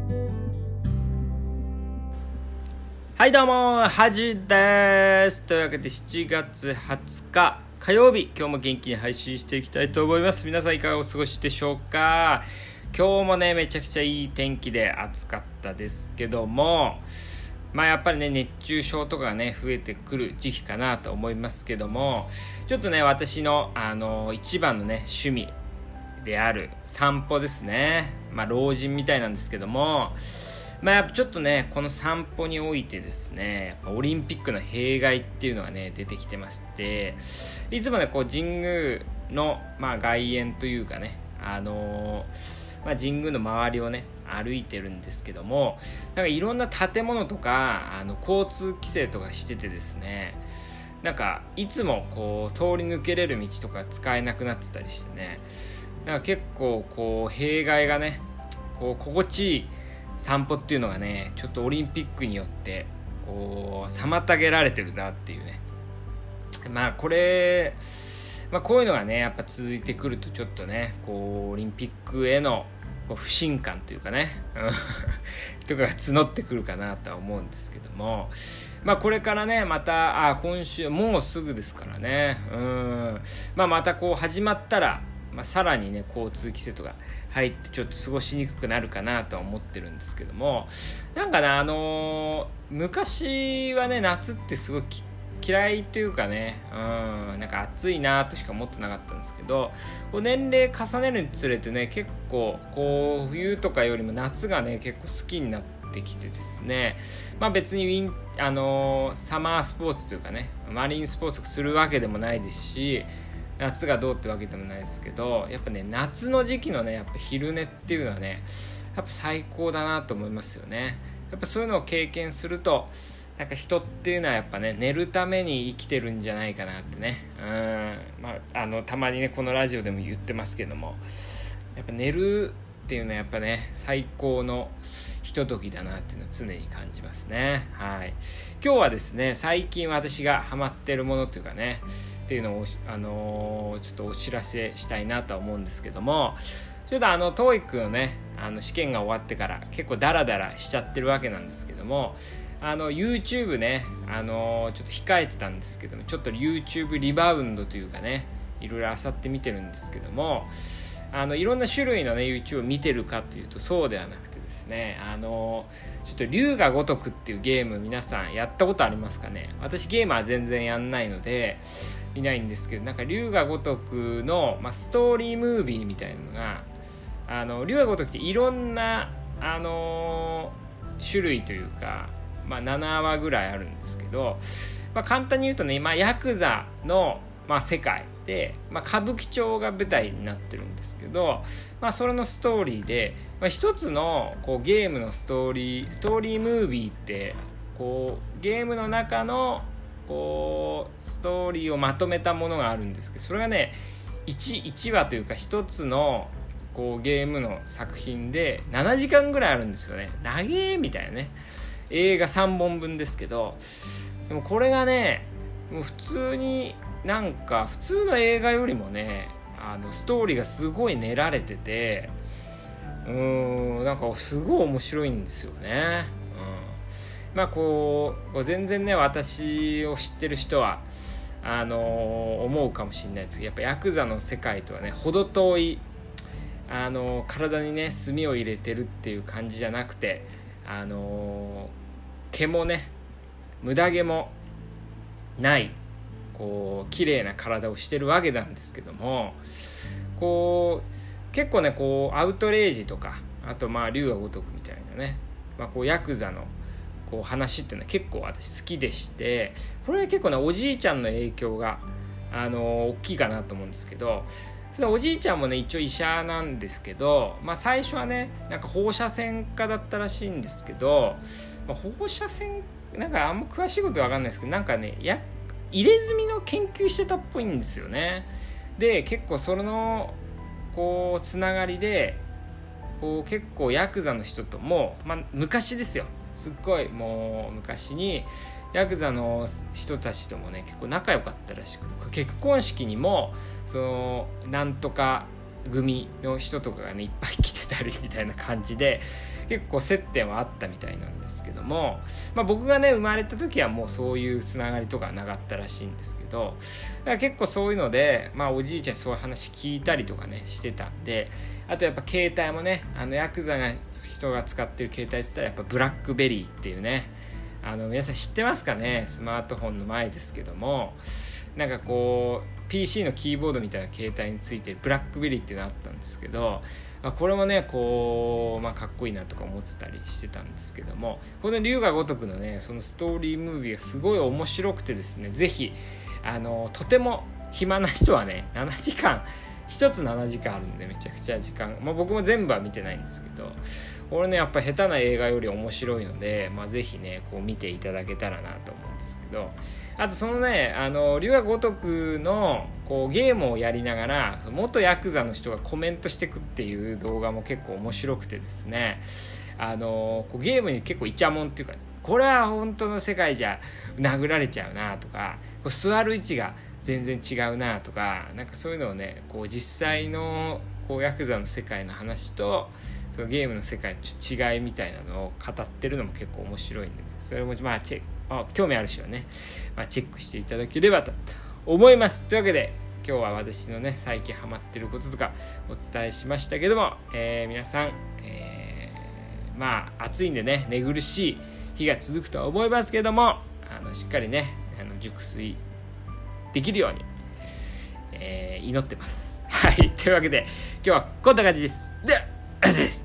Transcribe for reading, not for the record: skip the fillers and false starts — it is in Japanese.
はいどうも、はじです。というわけで7月20日火曜日、今日も元気に配信していきたいと思います。皆さんいかがお過ごしでしょうか。今日もねめちゃくちゃいい天気で暑かったですけども、やっぱりね熱中症とかがね増えてくる時期かなと思いますけども、ちょっとね私の一番のね趣味である散歩ですね。老人みたいなんですけども、やっぱちょっとねこの散歩においてですね、オリンピックの弊害っていうのがね出てきてまして、いつもねこう神宮の外苑というかね、神宮の周りをね歩いてるんですけども、なんかいろんな建物とか交通規制とかしててですね、なんかいつもこう通り抜けれる道とか使えなくなってたりしてね、なんか結構こう弊害がねこう心地いい散歩っていうのがねちょっとオリンピックによってこう妨げられてるなっていうね、これこういうのがねやっぱ続いてくるとちょっとねこうオリンピックへの不信感というかねとかが募ってくるかなとは思うんですけども、これからねまた今週もうすぐですからね、またこう始まったらさらにね交通規制とか入ってちょっと過ごしにくくなるかなとは思ってるんですけども、なんかね昔はね夏ってすごい嫌いというかね、なんか暑いなとしか思ってなかったんですけど、こう年齢重ねるにつれてね結構こう冬とかよりも夏がね結構好きになってきてですね、別にサマースポーツというかねマリンスポーツするわけでもないですし、夏がどうってわけでもないですけど、やっぱね夏の時期のねやっぱ昼寝っていうのはねやっぱ最高だなと思いますよね。やっぱそういうのを経験するとなんか人っていうのはやっぱね寝るために生きてるんじゃないかなってね、たまにねこのラジオでも言ってますけども、やっぱ寝るっていうのはやっぱね最高のひとときだなっていうのを常に感じますね。はい、今日はですね最近私がハマってるものというかねっていうのを、ちょっとお知らせしたいなとは思うんですけども、ちょっとTOEIC のね試験が終わってから結構ダラダラしちゃってるわけなんですけども、YouTube ねちょっと控えてたんですけども、ちょっと YouTube リバウンドというかねいろいろ漁って見てるんですけども、いろんな種類のね YouTube を見てるかというとそうではなくてですね、ちょっと龍が如くっていうゲーム皆さんやったことありますかね。私ゲームは全然やんないので見ないんですけど、なんか龍が如くの、ストーリームービーみたいなのが龍が如くっていろんな種類というか、7話ぐらいあるんですけど、簡単に言うとね、ヤクザの、世界で、歌舞伎町が舞台になってるんですけど、それのストーリーで、一つのこうゲームのストーリームービーってこうゲームの中のこうストーリーをまとめたものがあるんですけど、それがね 1話というか一つのこうゲームの作品で7時間ぐらいあるんですよね。長えみたいなね、映画3本分ですけど、でもこれがねもう普通になんか普通の映画よりもねストーリーがすごい練られてて、なんかすごい面白いんですよね。こう全然ね私を知ってる人は思うかもしれないですけど、やっぱヤクザの世界とはね程遠い体にね炭を入れてるっていう感じじゃなくて、毛もね無駄毛もないこう綺麗な体をしてるわけなんですけども、こう結構ねこうアウトレイジとかあと龍が如くみたいなね、こうヤクザのこう話っていうのは結構私好きでして、これは結構ねおじいちゃんの影響が大きいかなと思うんですけど、そのおじいちゃんもね一応医者なんですけど、最初はねなんか放射線科だったらしいんですけど、放射線なんかあんま詳しいことは分かんないですけど、なんかね入れ墨の研究してたっぽいんですよね。で結構そのこうつながりでこう結構ヤクザの人とも、昔ですよ、すっごいもう昔にヤクザの人たちともね結構仲良かったらしくて、結婚式にもそのなんとか組の人とかがねいっぱい来てたりみたいな感じで結構接点はあったみたいなんですけども、僕がね生まれた時はもうそういうつながりとかなかったらしいんですけど、だから結構そういうので、おじいちゃんそういう話聞いたりとかねしてたんで、あとやっぱ携帯もねヤクザが人が使ってる携帯って言ったらやっぱブラックベリーっていうね、皆さん知ってますかね。スマートフォンの前ですけども、なんかこう PC のキーボードみたいな携帯についてるブラックベリーっていうのがあったんですけど、これもねこう、かっこいいなとか思ってたりしてたんですけども、この龍が如くのねそのストーリームービーがすごい面白くてですね、ぜひとても暇な人はね7時間一つ7時間あるんでめちゃくちゃ時間、僕も全部は見てないんですけど、俺ねやっぱ下手な映画より面白いので、ぜひねこう見ていただけたらなと思うんですけど、あとそのね龍が如くのこうゲームをやりながら元ヤクザの人がコメントしてくっていう動画も結構面白くてですね、こうゲームに結構イチャモンっていうか、これは本当の世界じゃ殴られちゃうなとか、こう座る位置が全然違うなとか、なんかそういうのをねこう実際のこうヤクザの世界の話とそのゲームの世界の違いみたいなのを語ってるのも結構面白いんで、それも興味ある人はね、チェックしていただければと思います。というわけで今日は私のね最近ハマってることとかお伝えしましたけども、皆さん、暑いんでね寝苦しい日が続くとは思いますけども、しっかりね熟睡できるように、祈ってます。はい、というわけで今日はこんな感じです。では、ありがとうございます。